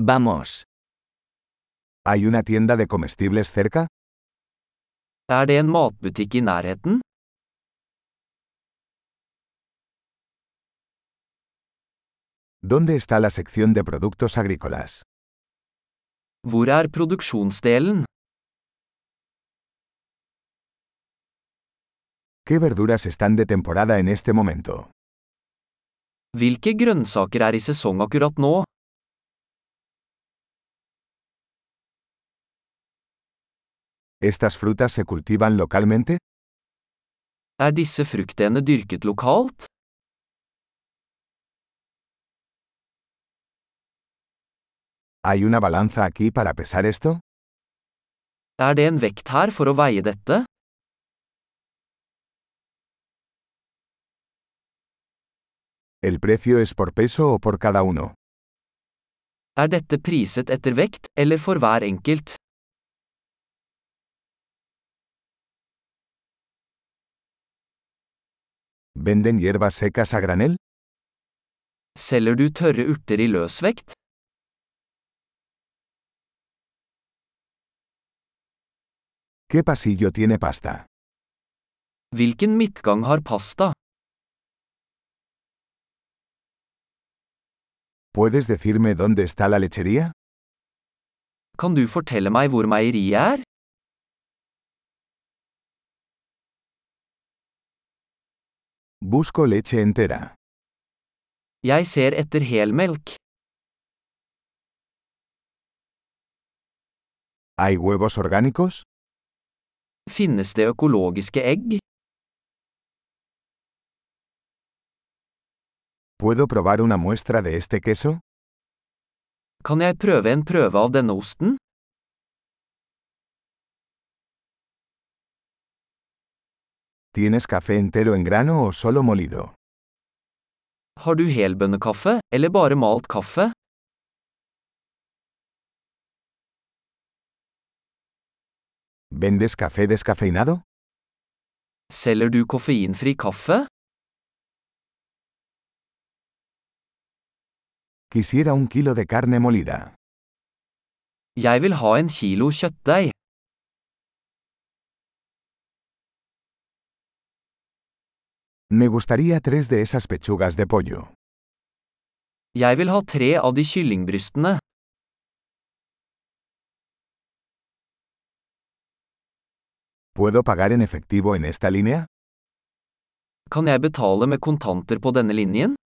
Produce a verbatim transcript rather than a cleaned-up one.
Vamos. ¿Hay una tienda de comestibles cerca? Er det en matbutikk i nærheten? ¿Dónde está la sección de productos agrícolas? Hvor er produksjonsdelen? ¿Qué verduras están de temporada en este momento? Hvilke grønnsaker er i sesong akkurat nå? ¿Estas frutas se cultivan localmente? Er disse fruktene dyrket lokalt? ¿Hay una balanza aquí para pesar esto? Er det en vekt her for å veie dette? ¿El precio es por peso o por cada uno? Er dette priset etter vekt, eller for hver enkelt? ¿Venden hierbas secas a granel? Selger du tørre urter i løsvekt? ¿Qué pasillo tiene pasta? Hvilken midtgang har pasta? ¿Puedes decirme dónde está la lechería? Kan du fortelle meg hvor meieriet er? Busco leche entera. Jeg ser etter helmelk. ¿Hay huevos orgánicos? Finnes det økologiske egg? ¿Puedo probar una muestra de este queso? Kan jeg prøve en prøve av denne osten? ¿Tienes café entero en grano o solo molido? Har du helbønnekaffe, eller bare malt kaffe? ¿Vendes café descafeinado? Selger du koffeinfri kaffe? Quisiera un kilo de carne molida. Jeg vil ha en kilo kjøttdeig. Me gustaría tres de esas pechugas de pollo. Jeg vil ha tre av de kyllingbrystene. ¿Puedo pagar en efectivo en esta línea? Kan jeg betale med kontanter på denne linjen?